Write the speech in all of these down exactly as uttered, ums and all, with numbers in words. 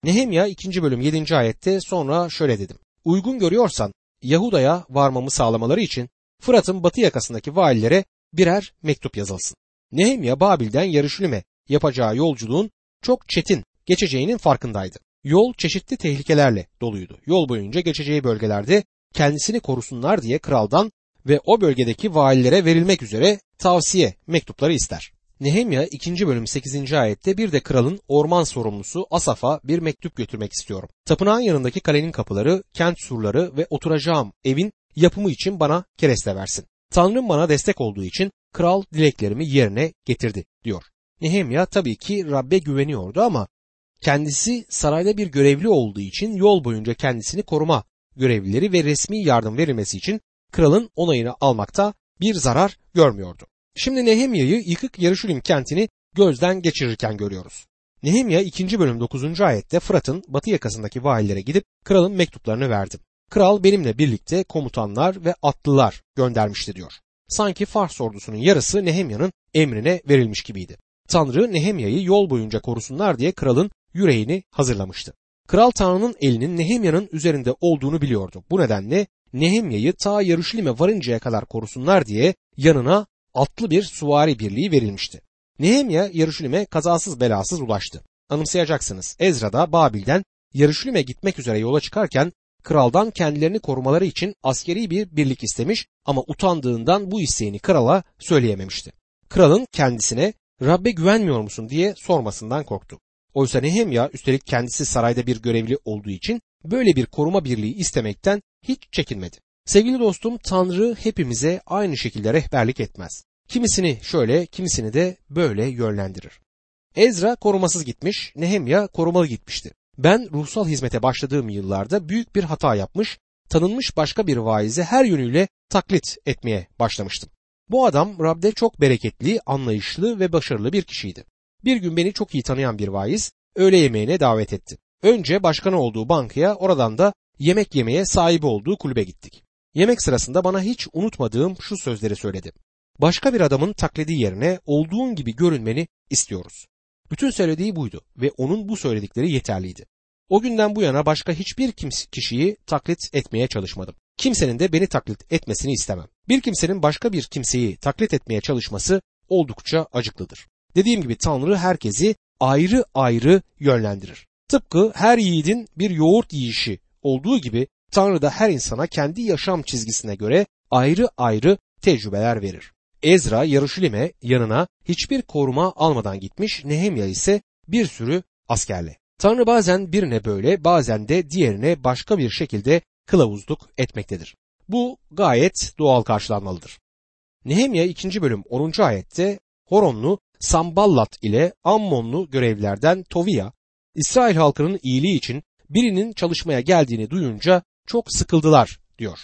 Nehemya ikinci bölüm yedinci ayette sonra şöyle dedim. Uygun görüyorsan Yahuda'ya varmamı sağlamaları için Fırat'ın batı yakasındaki valilere birer mektup yazılsın. Nehemya Babil'den Yarışilim'e yapacağı yolculuğun çok çetin geçeceğinin farkındaydı. Yol çeşitli tehlikelerle doluydu. Yol boyunca geçeceği bölgelerde kendisini korusunlar diye kraldan ve o bölgedeki valilere verilmek üzere tavsiye mektupları ister. Nehemya ikinci bölüm sekizinci ayette bir de kralın orman sorumlusu Asaf'a bir mektup götürmek istiyorum. Tapınağın yanındaki kalenin kapıları, kent surları ve oturacağım evin yapımı için bana kereste versin. Tanrım bana destek olduğu için kral dileklerimi yerine getirdi diyor. Nehemya tabii ki Rab'be güveniyordu ama kendisi sarayda bir görevli olduğu için yol boyunca kendisini koruma görevlileri ve resmi yardım verilmesi için kralın onayını almakta bir zarar görmüyordu. Şimdi Nehemya'yı yıkık Yarışilim kentini gözden geçirirken görüyoruz. Nehemya ikinci bölüm dokuzuncu ayette Fırat'ın batı yakasındaki valilere gidip kralın mektuplarını verdim. Kral benimle birlikte komutanlar ve atlılar göndermişti diyor. Sanki Fars ordusunun yarısı Nehemya'nın emrine verilmiş gibiydi. Tanrı Nehemya'yı yol boyunca korusunlar diye kralın yüreğini hazırlamıştı. Kral Tanrı'nın elinin Nehemya'nın üzerinde olduğunu biliyordu. Bu nedenle Nehemya'yı ta Yarışilim'e varıncaya kadar korusunlar diye yanına atlı bir süvari birliği verilmişti. Nehemya Yarışilim'e kazasız belasız ulaştı. Anımsayacaksınız. Ezra da Babil'den Yarışilim'e gitmek üzere yola çıkarken kraldan kendilerini korumaları için askeri bir birlik istemiş ama utandığından bu isteğini krala söyleyememişti. Kralın kendisine Rab'be güvenmiyor musun diye sormasından korktu. Oysa Nehemya üstelik kendisi sarayda bir görevli olduğu için böyle bir koruma birliği istemekten hiç çekinmedi. Sevgili dostum, Tanrı hepimize aynı şekilde rehberlik etmez. Kimisini şöyle, kimisini de böyle yönlendirir. Ezra korumasız gitmiş, Nehemya korumalı gitmişti. Ben ruhsal hizmete başladığım yıllarda büyük bir hata yapmış, tanınmış başka bir vaizi her yönüyle taklit etmeye başlamıştım. Bu adam Rab'de çok bereketli, anlayışlı ve başarılı bir kişiydi. Bir gün beni çok iyi tanıyan bir vaiz öğle yemeğine davet etti. Önce başkanı olduğu bankaya, oradan da yemek yemeye sahibi olduğu kulübe gittik. Yemek sırasında bana hiç unutmadığım şu sözleri söyledi. Başka bir adamın taklidi yerine olduğun gibi görünmeni istiyoruz. Bütün söylediği buydu ve onun bu söyledikleri yeterliydi. O günden bu yana başka hiçbir kişiyi taklit etmeye çalışmadım. Kimsenin de beni taklit etmesini istemem. Bir kimsenin başka bir kimseyi taklit etmeye çalışması oldukça acıklıdır. Dediğim gibi Tanrı herkesi ayrı ayrı yönlendirir. Tıpkı her yiğidin bir yoğurt yiyişi olduğu gibi Tanrı da her insana kendi yaşam çizgisine göre ayrı ayrı tecrübeler verir. Ezra Yarışilim'e yanına hiçbir koruma almadan gitmiş, Nehemya ise bir sürü askerle. Tanrı bazen birine böyle, bazen de diğerine başka bir şekilde kılavuzluk etmektedir. Bu gayet doğal karşılanmalıdır. Nehemya ikinci bölüm onuncu ayette Horonlu Samballat ile Ammonlu görevlilerden Toviya, İsrail halkının iyiliği için birinin çalışmaya geldiğini duyunca çok sıkıldılar diyor.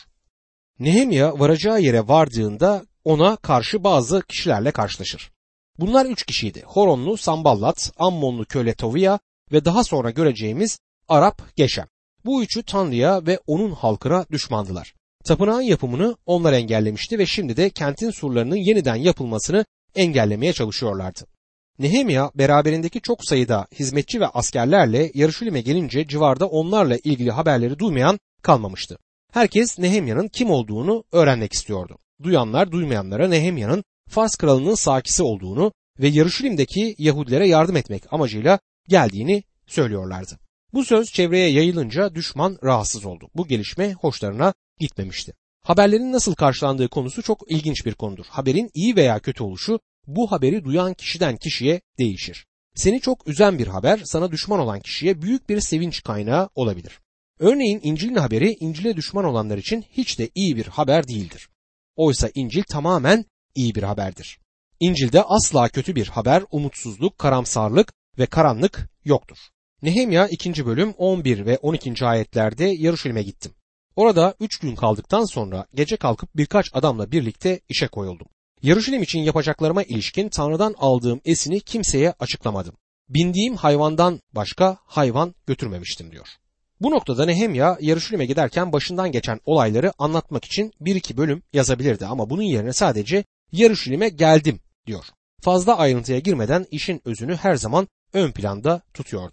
Nehemya varacağı yere vardığında ona karşı bazı kişilerle karşılaşır. Bunlar üç kişiydi. Horonlu Samballat, Ammonlu köle Toviya ve daha sonra göreceğimiz Arap Geçem. Bu üçü Tanrı'ya ve onun halkına düşmandılar. Tapınağın yapımını onlar engellemişti ve şimdi de kentin surlarının yeniden yapılmasını engellemeye çalışıyorlardı. Nehemya beraberindeki çok sayıda hizmetçi ve askerlerle Yarışilim'e gelince civarda onlarla ilgili haberleri duymayan kalmamıştı. Herkes Nehemya'nın kim olduğunu öğrenmek istiyordu. Duyanlar duymayanlara Nehemya'nın Fars kralının sakisi olduğunu ve Yarışilim'deki Yahudilere yardım etmek amacıyla geldiğini söylüyorlardı. Bu söz çevreye yayılınca düşman rahatsız oldu. Bu gelişme hoşlarına gitmemişti. Haberlerin nasıl karşılandığı konusu çok ilginç bir konudur. Haberin iyi veya kötü oluşu bu haberi duyan kişiden kişiye değişir. Seni çok üzen bir haber sana düşman olan kişiye büyük bir sevinç kaynağı olabilir. Örneğin İncil'in haberi İncil'e düşman olanlar için hiç de iyi bir haber değildir. Oysa İncil tamamen iyi bir haberdir. İncil'de asla kötü bir haber, umutsuzluk, karamsarlık ve karanlık yoktur. Nehemya ikinci bölüm on bir ve on ikinci ayetlerde Yarışilim'e gittim. Orada üç gün kaldıktan sonra gece kalkıp birkaç adamla birlikte işe koyuldum. Yarışilim için yapacaklarıma ilişkin Tanrı'dan aldığım esini kimseye açıklamadım. Bindiğim hayvandan başka hayvan götürmemiştim diyor. Bu noktada Nehemya Yarışilim'e giderken başından geçen olayları anlatmak için bir iki bölüm yazabilirdi ama bunun yerine sadece Yarışilim'e geldim diyor. Fazla ayrıntıya girmeden işin özünü her zaman ön planda tutuyordu.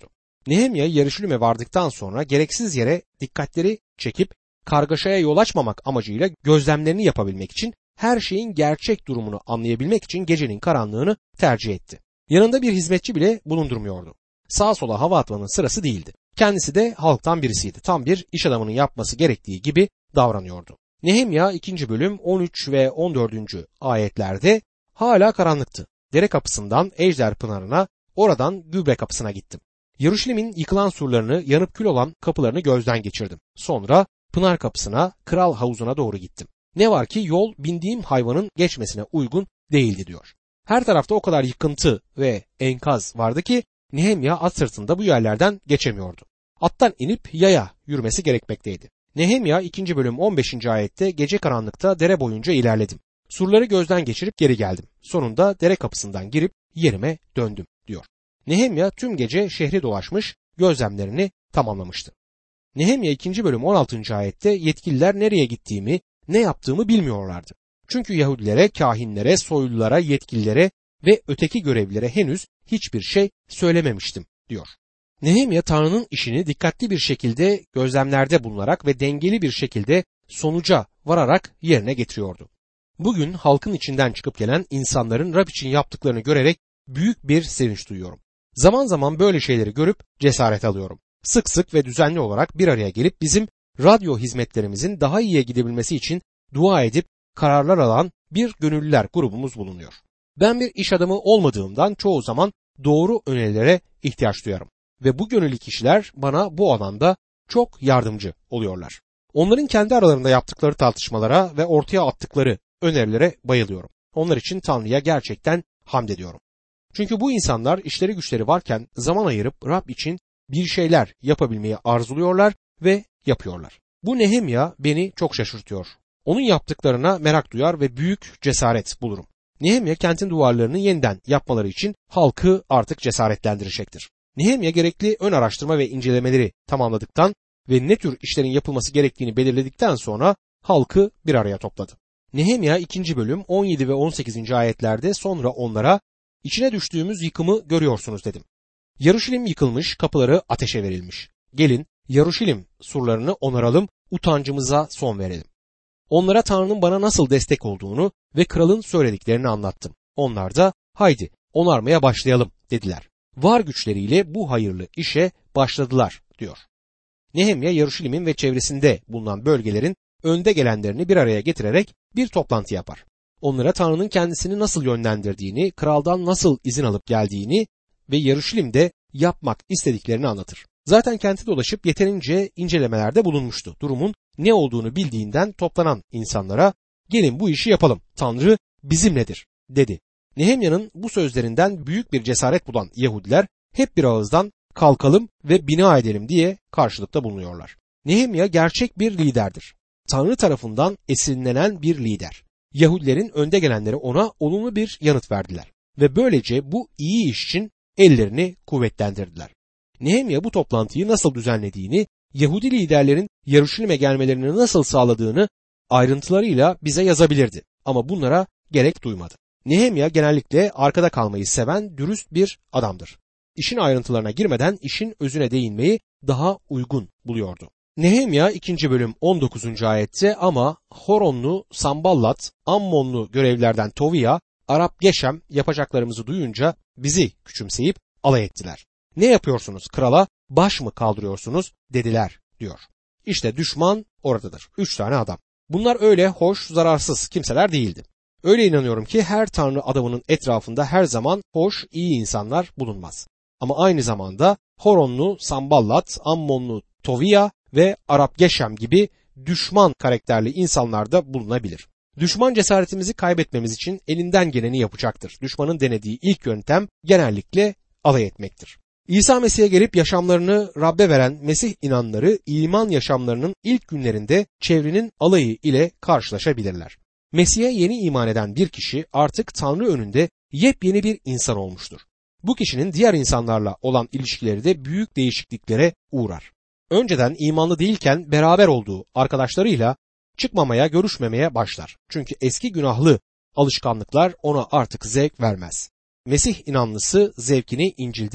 Nehemya Yeruşalim'e vardıktan sonra gereksiz yere dikkatleri çekip kargaşaya yol açmamak amacıyla gözlemlerini yapabilmek için, her şeyin gerçek durumunu anlayabilmek için gecenin karanlığını tercih etti. Yanında bir hizmetçi bile bulundurmuyordu. Sağa sola hava atmanın sırası değildi. Kendisi de halktan birisiydi. Tam bir iş adamının yapması gerektiği gibi davranıyordu. Nehemya ikinci bölüm on üç ve on dördüncü ayetlerde hala karanlıktı. Dere kapısından Ejder Pınarı'na, oradan Gübre kapısına gittim. Yeruşalim'in yıkılan surlarını, yanıp kül olan kapılarını gözden geçirdim. Sonra Pınar kapısına, kral havuzuna doğru gittim. Ne var ki yol bindiğim hayvanın geçmesine uygun değildi diyor. Her tarafta o kadar yıkıntı ve enkaz vardı ki Nehemya at sırtında bu yerlerden geçemiyordu. Attan inip yaya yürümesi gerekmekteydi. Nehemya ikinci bölüm on beşinci ayette gece karanlıkta dere boyunca ilerledim. Surları gözden geçirip geri geldim. Sonunda dere kapısından girip yerime döndüm diyor. Nehemya tüm gece şehri dolaşmış, gözlemlerini tamamlamıştı. Nehemya ikinci bölüm on altıncı ayette yetkililer nereye gittiğimi, ne yaptığımı bilmiyorlardı. Çünkü Yahudilere, kahinlere, soylulara, yetkililere ve öteki görevlilere henüz hiçbir şey söylememiştim diyor. Nehemya Tanrı'nın işini dikkatli bir şekilde gözlemlerde bulunarak ve dengeli bir şekilde sonuca vararak yerine getiriyordu. Bugün halkın içinden çıkıp gelen insanların Rab için yaptıklarını görerek büyük bir sevinç duyuyorum. Zaman zaman böyle şeyleri görüp cesaret alıyorum. Sık sık ve düzenli olarak bir araya gelip bizim radyo hizmetlerimizin daha iyiye gidebilmesi için dua edip kararlar alan bir gönüllüler grubumuz bulunuyor. Ben bir iş adamı olmadığımdan çoğu zaman doğru önerilere ihtiyaç duyarım ve bu gönüllü kişiler bana bu alanda çok yardımcı oluyorlar. Onların kendi aralarında yaptıkları tartışmalara ve ortaya attıkları önerilere bayılıyorum. Onlar için Tanrı'ya gerçekten hamd ediyorum. Çünkü bu insanlar işleri güçleri varken zaman ayırıp Rab için bir şeyler yapabilmeyi arzuluyorlar ve yapıyorlar. Bu Nehemya beni çok şaşırtıyor. Onun yaptıklarına merak duyar ve büyük cesaret bulurum. Nehemya kentin duvarlarını yeniden yapmaları için halkı artık cesaretlendirecektir. Nehemya gerekli ön araştırma ve incelemeleri tamamladıktan ve ne tür işlerin yapılması gerektiğini belirledikten sonra halkı bir araya topladı. Nehemya ikinci bölüm on yedi ve on sekizinci ayetlerde sonra onlara içine düştüğümüz yıkımı görüyorsunuz dedim. Yeruşalim yıkılmış, kapıları ateşe verilmiş. Gelin Yeruşalim surlarını onaralım, utancımıza son verelim. Onlara Tanrı'nın bana nasıl destek olduğunu ve kralın söylediklerini anlattım. Onlar da haydi onarmaya başlayalım dediler. Var güçleriyle bu hayırlı işe başladılar diyor. Nehemya Yeruşalim'in ve çevresinde bulunan bölgelerin önde gelenlerini bir araya getirerek bir toplantı yapar. Onlara Tanrı'nın kendisini nasıl yönlendirdiğini, kraldan nasıl izin alıp geldiğini ve Yeruşalim'de yapmak istediklerini anlatır. Zaten kenti dolaşıp yeterince incelemelerde bulunmuştu. Durumun ne olduğunu bildiğinden toplanan insanlara gelin bu işi yapalım, Tanrı bizimledir dedi. Nehemya'nın bu sözlerinden büyük bir cesaret bulan Yahudiler hep bir ağızdan kalkalım ve bina edelim diye karşılıkta bulunuyorlar. Nehemya gerçek bir liderdir. Tanrı tarafından esinlenen bir lider. Yahudilerin önde gelenleri ona olumlu bir yanıt verdiler ve böylece bu iyi iş için ellerini kuvvetlendirdiler. Nehemya bu toplantıyı nasıl düzenlediğini, Yahudi liderlerin Yeruşalim'e gelmelerini nasıl sağladığını ayrıntılarıyla bize yazabilirdi ama bunlara gerek duymadı. Nehemya genellikle arkada kalmayı seven dürüst bir adamdır. İşin ayrıntılarına girmeden işin özüne değinmeyi daha uygun buluyordu. Nehemya ikinci bölüm on dokuzuncu ayette ama Horonlu Samballat, Ammonlu görevlilerden Toviya, Arap Geçem yapacaklarımızı duyunca bizi küçümseyip alay ettiler. Ne yapıyorsunuz krala, baş mı kaldırıyorsunuz dediler diyor. İşte düşman oradadır. Üç tane adam. Bunlar öyle hoş, zararsız kimseler değildi. Öyle inanıyorum ki her Tanrı adamının etrafında her zaman hoş, iyi insanlar bulunmaz. Ama aynı zamanda Horonlu Samballat, Ammonlu Toviya ve Arap Geçem gibi düşman karakterli insanlar da bulunabilir. Düşman cesaretimizi kaybetmemiz için elinden geleni yapacaktır. Düşmanın denediği ilk yöntem genellikle alay etmektir. İsa Mesih'e gelip yaşamlarını Rab'be veren Mesih inanları iman yaşamlarının ilk günlerinde çevrenin alayı ile karşılaşabilirler. Mesih'e yeni iman eden bir kişi artık Tanrı önünde yepyeni bir insan olmuştur. Bu kişinin diğer insanlarla olan ilişkileri de büyük değişikliklere uğrar. Önceden imanlı değilken beraber olduğu arkadaşlarıyla çıkmamaya, görüşmemeye başlar. Çünkü eski günahlı alışkanlıklar ona artık zevk vermez. Mesih inanlısı zevkini İncil'de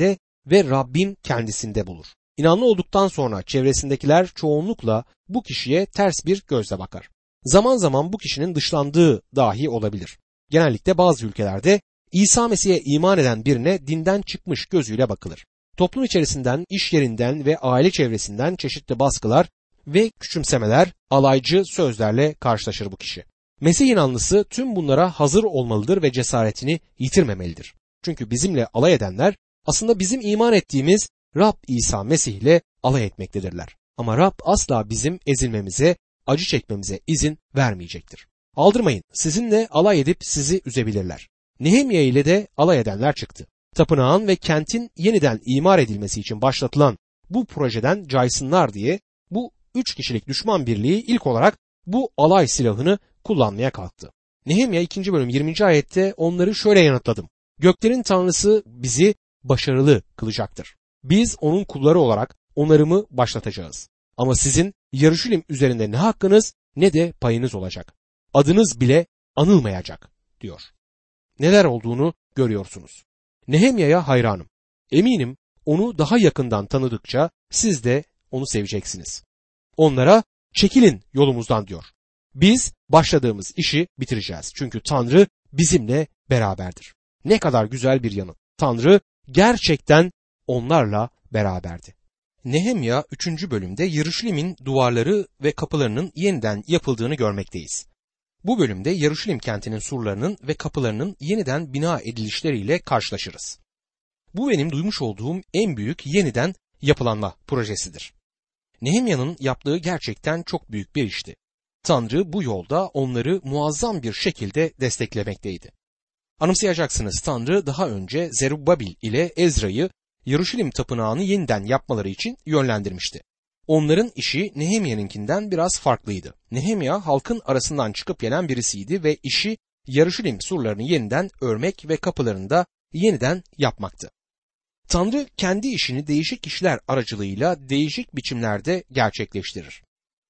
ve Rabbin kendisinde bulur. İnanlı olduktan sonra çevresindekiler çoğunlukla bu kişiye ters bir gözle bakar. Zaman zaman bu kişinin dışlandığı dahi olabilir. Genellikle bazı ülkelerde İsa Mesih'e iman eden birine dinden çıkmış gözüyle bakılır. Toplum içerisinden, iş yerinden ve aile çevresinden çeşitli baskılar ve küçümsemeler, alaycı sözlerle karşılaşır bu kişi. Mesih inanlısı tüm bunlara hazır olmalıdır ve cesaretini yitirmemelidir. Çünkü bizimle alay edenler aslında bizim iman ettiğimiz Rab İsa Mesih ile alay etmektedirler. Ama Rab asla bizim ezilmemize, acı çekmemize izin vermeyecektir. Aldırmayın, sizinle alay edip sizi üzebilirler. Nehemya ile de alay edenler çıktı. Tapınağın ve kentin yeniden imar edilmesi için başlatılan bu projeden caysınlar diye bu üç kişilik düşman birliği ilk olarak bu alay silahını kullanmaya kalktı. Nehemya ikinci bölüm yirminci ayette onları şöyle yanıtladım. Göklerin Tanrısı bizi başarılı kılacaktır. Biz onun kulları olarak onarımı başlatacağız. Ama sizin Yarışilim üzerinde ne hakkınız ne de payınız olacak. Adınız bile anılmayacak diyor. Neler olduğunu görüyorsunuz. Nehemya'ya hayranım. Eminim onu daha yakından tanıdıkça siz de onu seveceksiniz. Onlara çekilin yolumuzdan diyor. Biz başladığımız işi bitireceğiz. Çünkü Tanrı bizimle beraberdir. Ne kadar güzel bir yanı. Tanrı gerçekten onlarla beraberdi. Nehemya üçüncü bölümde Yarışilim'in duvarları ve kapılarının yeniden yapıldığını görmekteyiz. Bu bölümde Yarışilim kentinin surlarının ve kapılarının yeniden bina edilişleriyle karşılaşırız. Bu benim duymuş olduğum en büyük yeniden yapılanma projesidir. Nehemya'nın yaptığı gerçekten çok büyük bir işti. Tanrı bu yolda onları muazzam bir şekilde desteklemekteydi. Anımsayacaksınız, Tanrı daha önce Zerubbabil ile Ezra'yı Yarışilim tapınağını yeniden yapmaları için yönlendirmişti. Onların işi Nehemya'nınkinden biraz farklıydı. Nehemya halkın arasından çıkıp gelen birisiydi ve işi Yarışilim surlarını yeniden örmek ve kapılarını da yeniden yapmaktı. Tanrı kendi işini değişik kişiler aracılığıyla değişik biçimlerde gerçekleştirir.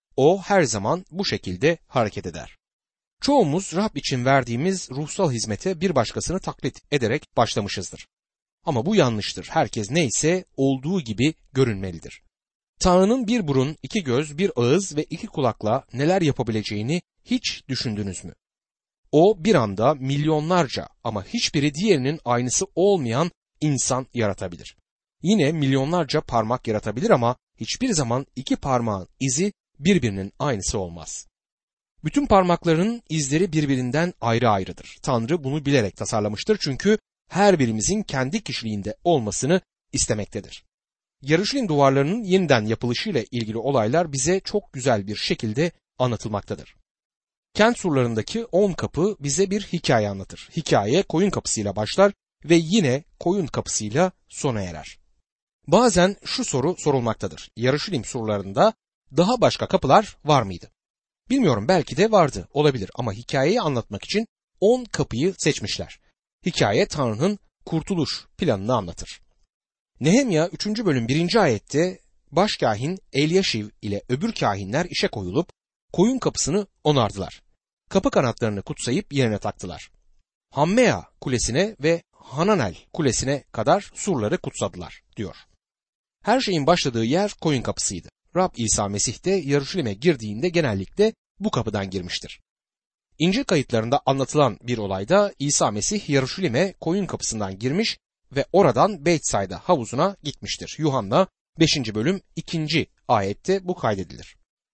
O her zaman bu şekilde hareket eder. Çoğumuz Rab için verdiğimiz ruhsal hizmete bir başkasını taklit ederek başlamışızdır. Ama bu yanlıştır. Herkes neyse olduğu gibi görünmelidir. Tanrı'nın bir burun, iki göz, bir ağız ve iki kulakla neler yapabileceğini hiç düşündünüz mü? O bir anda milyonlarca ama hiçbiri diğerinin aynısı olmayan insan yaratabilir. Yine milyonlarca parmak yaratabilir ama hiçbir zaman iki parmağın izi birbirinin aynısı olmaz. Bütün parmakların izleri birbirinden ayrı ayrıdır. Tanrı bunu bilerek tasarlamıştır çünkü her birimizin kendi kişiliğinde olmasını istemektedir. Yarışilim duvarlarının yeniden yapılışıyla ilgili olaylar bize çok güzel bir şekilde anlatılmaktadır. Kent surlarındaki on kapı bize bir hikaye anlatır. Hikaye koyun kapısıyla başlar ve yine koyun kapısıyla sona erer. Bazen şu soru sorulmaktadır. Yarışilim surlarında daha başka kapılar var mıydı? Bilmiyorum, belki de vardı, olabilir ama hikayeyi anlatmak için on kapıyı seçmişler. Hikaye Tanrı'nın kurtuluş planını anlatır. Nehemya üçüncü bölüm birinci ayette başkâhin Elyaşiv ile öbür kâhinler işe koyulup koyun kapısını onardılar. Kapı kanatlarını kutsayıp yerine taktılar. Hammea kulesine ve Hananel kulesine kadar surları kutsadılar diyor. Her şeyin başladığı yer koyun kapısıydı. Rab İsa Mesih de Yarışilim'e girdiğinde genellikle bu kapıdan girmiştir. İncil kayıtlarında anlatılan bir olayda İsa Mesih Yarışilim'e koyun kapısından girmiş ve oradan Beytsayda havuzuna gitmiştir. Yuhanna beşinci bölüm ikinci ayette bu kaydedilir.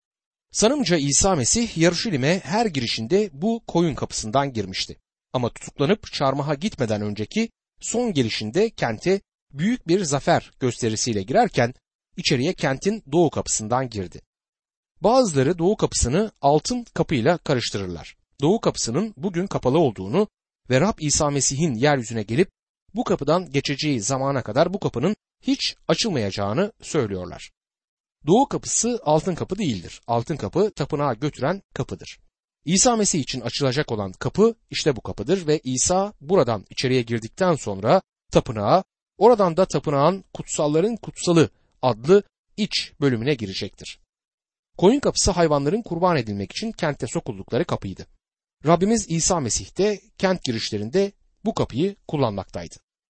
Sanımca İsa Mesih Yarışilim'e her girişinde bu koyun kapısından girmişti. Ama tutuklanıp çarmıha gitmeden önceki son gelişinde kente büyük bir zafer gösterisiyle girerken içeriye kentin doğu kapısından girdi. Bazıları doğu kapısını altın kapıyla karıştırırlar. Doğu kapısının bugün kapalı olduğunu ve Rab İsa Mesih'in yeryüzüne gelip bu kapıdan geçeceği zamana kadar bu kapının hiç açılmayacağını söylüyorlar. Doğu kapısı altın kapı değildir. Altın kapı tapınağa götüren kapıdır. İsa Mesih için açılacak olan kapı işte bu kapıdır ve İsa buradan içeriye girdikten sonra tapınağa, oradan da tapınağın kutsalların kutsalı adlı iç bölümüne girecektir. Koyun kapısı hayvanların kurban edilmek için kente sokuldukları kapıydı. Rabbimiz İsa Mesih de kent girişlerinde bu kapıyı kullanmaktaydı.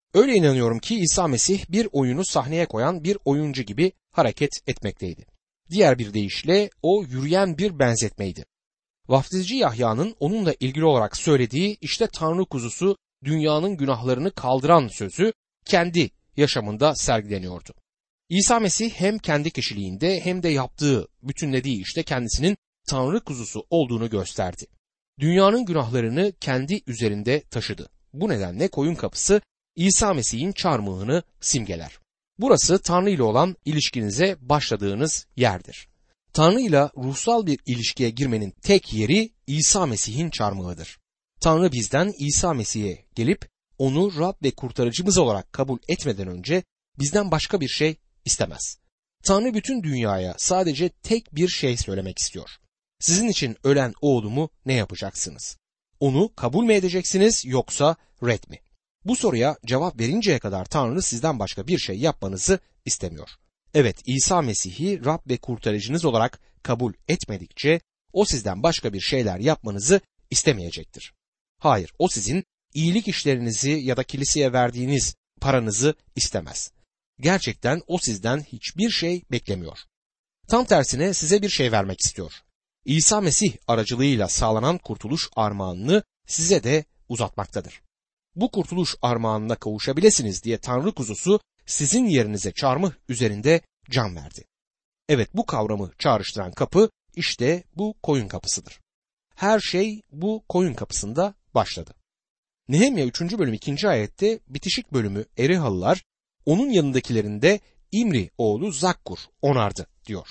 Öyle inanıyorum ki İsa Mesih bir oyunu sahneye koyan bir oyuncu gibi hareket etmekteydi. Diğer bir deyişle o yürüyen bir benzetmeydi. Vaftizci Yahya'nın onunla ilgili olarak söylediği işte Tanrı kuzusu dünyanın günahlarını kaldıran sözü kendi yaşamında sergileniyordu. İsa Mesih hem kendi kişiliğinde hem de yaptığı, bütünlediği işte kendisinin Tanrı kuzusu olduğunu gösterdi. Dünyanın günahlarını kendi üzerinde taşıdı. Bu nedenle koyun kapısı İsa Mesih'in çarmıhını simgeler. Burası Tanrı ile olan ilişkinize başladığınız yerdir. Tanrı ile ruhsal bir ilişkiye girmenin tek yeri İsa Mesih'in çarmıhıdır. Tanrı bizden İsa Mesih'e gelip onu Rab ve kurtarıcımız olarak kabul etmeden önce bizden başka bir şey istemez. Tanrı bütün dünyaya sadece tek bir şey söylemek istiyor. Sizin için ölen oğlumu ne yapacaksınız? Onu kabul mü edeceksiniz yoksa red mi? Bu soruya cevap verinceye kadar Tanrı sizden başka bir şey yapmanızı istemiyor. Evet, İsa Mesih'i Rab ve kurtarıcınız olarak kabul etmedikçe o sizden başka bir şeyler yapmanızı istemeyecektir. Hayır, o sizin iyilik işlerinizi ya da kiliseye verdiğiniz paranızı istemez. Gerçekten o sizden hiçbir şey beklemiyor. Tam tersine size bir şey vermek istiyor. İsa Mesih aracılığıyla sağlanan kurtuluş armağanını size de uzatmaktadır. Bu kurtuluş armağanına kavuşabilirsiniz diye Tanrı kuzusu sizin yerinize çarmıh üzerinde can verdi. Evet, bu kavramı çağrıştıran kapı işte bu koyun kapısıdır. Her şey bu koyun kapısında başladı. Nehemya üçüncü bölüm ikinci ayette bitişik bölümü Erihalılar onun yanındakilerinde İmri oğlu Zakkur onardı diyor.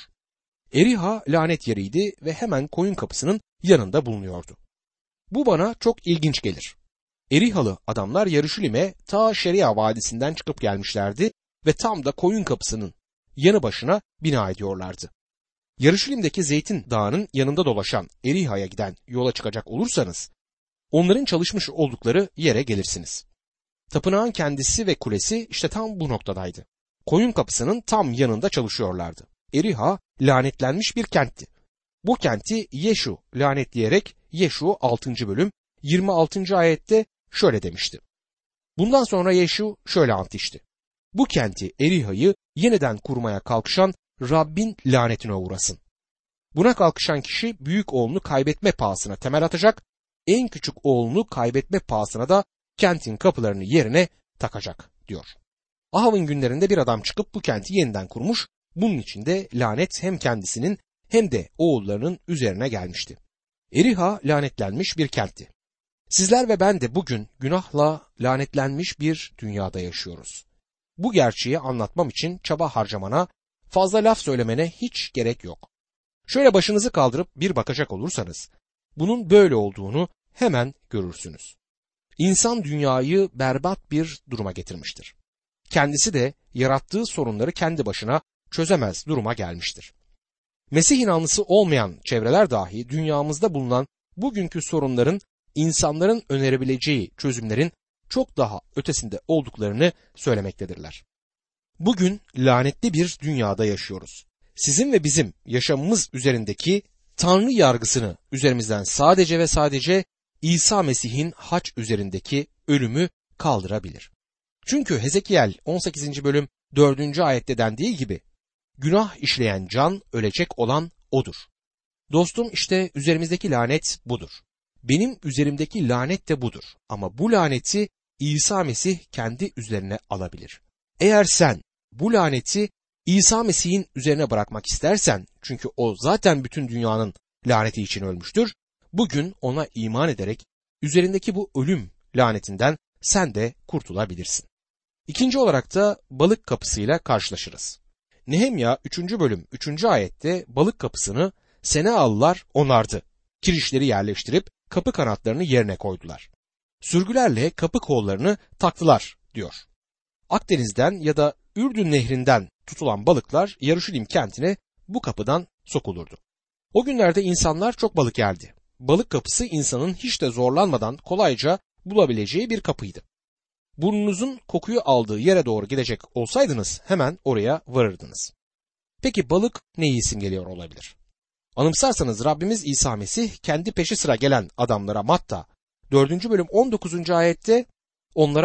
Eriha lanet yeriydi ve hemen koyun kapısının yanında bulunuyordu. Bu bana çok ilginç gelir. Erihalı adamlar Yarışilim'e ta Şeria Vadisi'nden çıkıp gelmişlerdi ve tam da koyun kapısının yanı başına bina ediyorlardı. Yarışilim'deki Zeytin Dağı'nın yanında dolaşan Eriha'ya giden yola çıkacak olursanız onların çalışmış oldukları yere gelirsiniz. Tapınağın kendisi ve kulesi işte tam bu noktadaydı. Koyun kapısının tam yanında çalışıyorlardı. Eriha lanetlenmiş bir kentti. Bu kenti Yeşu lanetleyerek Yeşu altıncı bölüm yirmi altıncı ayette şöyle demişti. Bundan sonra Yeşu şöyle ant içti. Bu kenti Eriha'yı yeniden kurmaya kalkışan Rabbin lanetine uğrasın. Buna kalkışan kişi büyük oğlunu kaybetme pahasına temel atacak, en küçük oğlunu kaybetme pahasına da kentin kapılarını yerine takacak diyor. Ahav'ın günlerinde bir adam çıkıp bu kenti yeniden kurmuş, bunun için de lanet hem kendisinin hem de oğullarının üzerine gelmişti. Eriha lanetlenmiş bir kentti. Sizler ve ben de bugün günahla lanetlenmiş bir dünyada yaşıyoruz. Bu gerçeği anlatmam için çaba harcamana, fazla laf söylemene hiç gerek yok. Şöyle başınızı kaldırıp bir bakacak olursanız, bunun böyle olduğunu hemen görürsünüz. İnsan dünyayı berbat bir duruma getirmiştir. Kendisi de yarattığı sorunları kendi başına çözemez duruma gelmiştir. Mesih inanlısı olmayan çevreler dahi dünyamızda bulunan bugünkü sorunların insanların önerebileceği çözümlerin çok daha ötesinde olduklarını söylemektedirler. Bugün lanetli bir dünyada yaşıyoruz. Sizin ve bizim yaşamımız üzerindeki Tanrı yargısını üzerimizden sadece ve sadece İsa Mesih'in haç üzerindeki ölümü kaldırabilir. Çünkü Hezekiel on sekizinci bölüm dördüncü ayette dendiği gibi günah işleyen can ölecek olan odur. Dostum, işte üzerimizdeki lanet budur. Benim üzerimdeki lanet de budur. Ama bu laneti İsa Mesih kendi üzerine alabilir. Eğer sen bu laneti İsa Mesih'in üzerine bırakmak istersen, çünkü o zaten bütün dünyanın laneti için ölmüştür, bugün ona iman ederek üzerindeki bu ölüm lanetinden sen de kurtulabilirsin. İkinci olarak da balık kapısıyla karşılaşırız. Nehemya üçüncü bölüm üçüncü ayette balık kapısını Senealılar onardı. Kirişleri yerleştirip kapı kanatlarını yerine koydular. Sürgülerle kapı kollarını taktılar diyor. Akdeniz'den ya da Ürdün nehrinden tutulan balıklar Yarışilim kentine bu kapıdan sokulurdu. O günlerde insanlar çok balık yerdi. Balık kapısı insanın hiç de zorlanmadan kolayca bulabileceği bir kapıydı. Burnunuzun kokuyu aldığı yere doğru gidecek olsaydınız hemen oraya varırdınız. Peki balık neyi simgeliyor olabilir? Anımsarsanız Rabbimiz İsa Mesih kendi peşi sıra gelen adamlara Matta dördüncü bölüm on dokuzuncu ayette onlara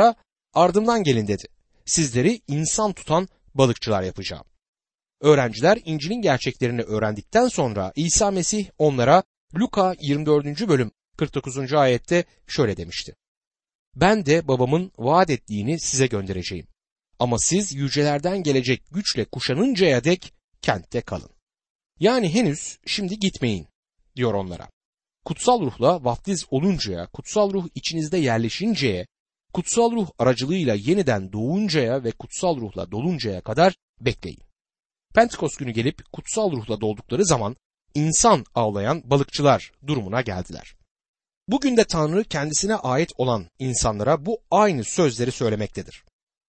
ardımdan gelin dedi. Sizleri insan tutan balıkçılar yapacağım. Öğrenciler İncil'in gerçeklerini öğrendikten sonra İsa Mesih onlara Luka yirmi dördüncü bölüm kırk dokuzuncu ayette şöyle demişti. Ben de babamın vaat ettiğini size göndereceğim. Ama siz yücelerden gelecek güçle kuşanıncaya dek kentte kalın. Yani henüz şimdi gitmeyin diyor onlara. Kutsal ruhla vaftiz oluncaya, kutsal ruh içinizde yerleşinceye, kutsal ruh aracılığıyla yeniden doğuncaya ve kutsal ruhla doluncaya kadar bekleyin. Pentekost günü gelip kutsal ruhla doldukları zaman insan avlayan balıkçılar durumuna geldiler. Bugün de Tanrı kendisine ait olan insanlara bu aynı sözleri söylemektedir.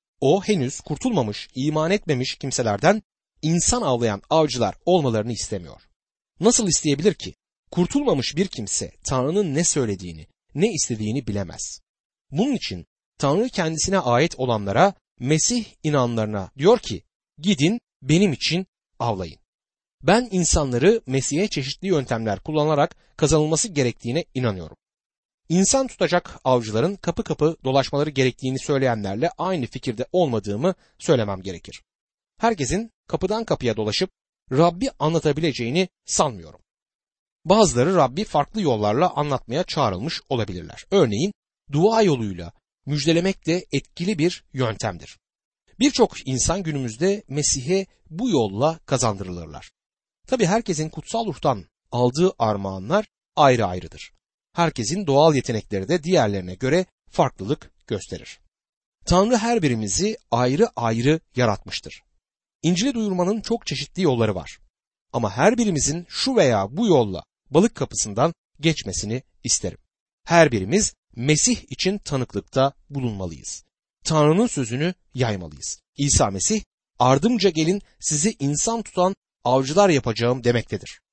O henüz kurtulmamış, iman etmemiş kimselerden insan avlayan avcılar olmalarını istemiyor. Nasıl isteyebilir ki? Kurtulmamış bir kimse Tanrı'nın ne söylediğini, ne istediğini bilemez. Bunun için Tanrı kendisine ait olanlara, Mesih inanlarına diyor ki, gidin benim için avlayın. Ben insanları Mesih'e çeşitli yöntemler kullanarak kazanılması gerektiğine inanıyorum. İnsan tutacak avcıların kapı kapı dolaşmaları gerektiğini söyleyenlerle aynı fikirde olmadığımı söylemem gerekir. Herkesin kapıdan kapıya dolaşıp Rabbi anlatabileceğini sanmıyorum. Bazıları Rabbi farklı yollarla anlatmaya çağrılmış olabilirler. Örneğin dua yoluyla müjdelemek de etkili bir yöntemdir. Birçok insan günümüzde Mesih'e bu yolla kazandırılırlar. Tabii herkesin kutsal ruhtan aldığı armağanlar ayrı ayrıdır. Herkesin doğal yetenekleri de diğerlerine göre farklılık gösterir. Tanrı her birimizi ayrı ayrı yaratmıştır. İncil'i duyurmanın çok çeşitli yolları var. Ama her birimizin şu veya bu yolla balık kapısından geçmesini isterim. Her birimiz Mesih için tanıklıkta bulunmalıyız. Tanrı'nın sözünü yaymalıyız. İsa Mesih, ardımca gelin sizi insan tutan avcılar yapacağım demektedir.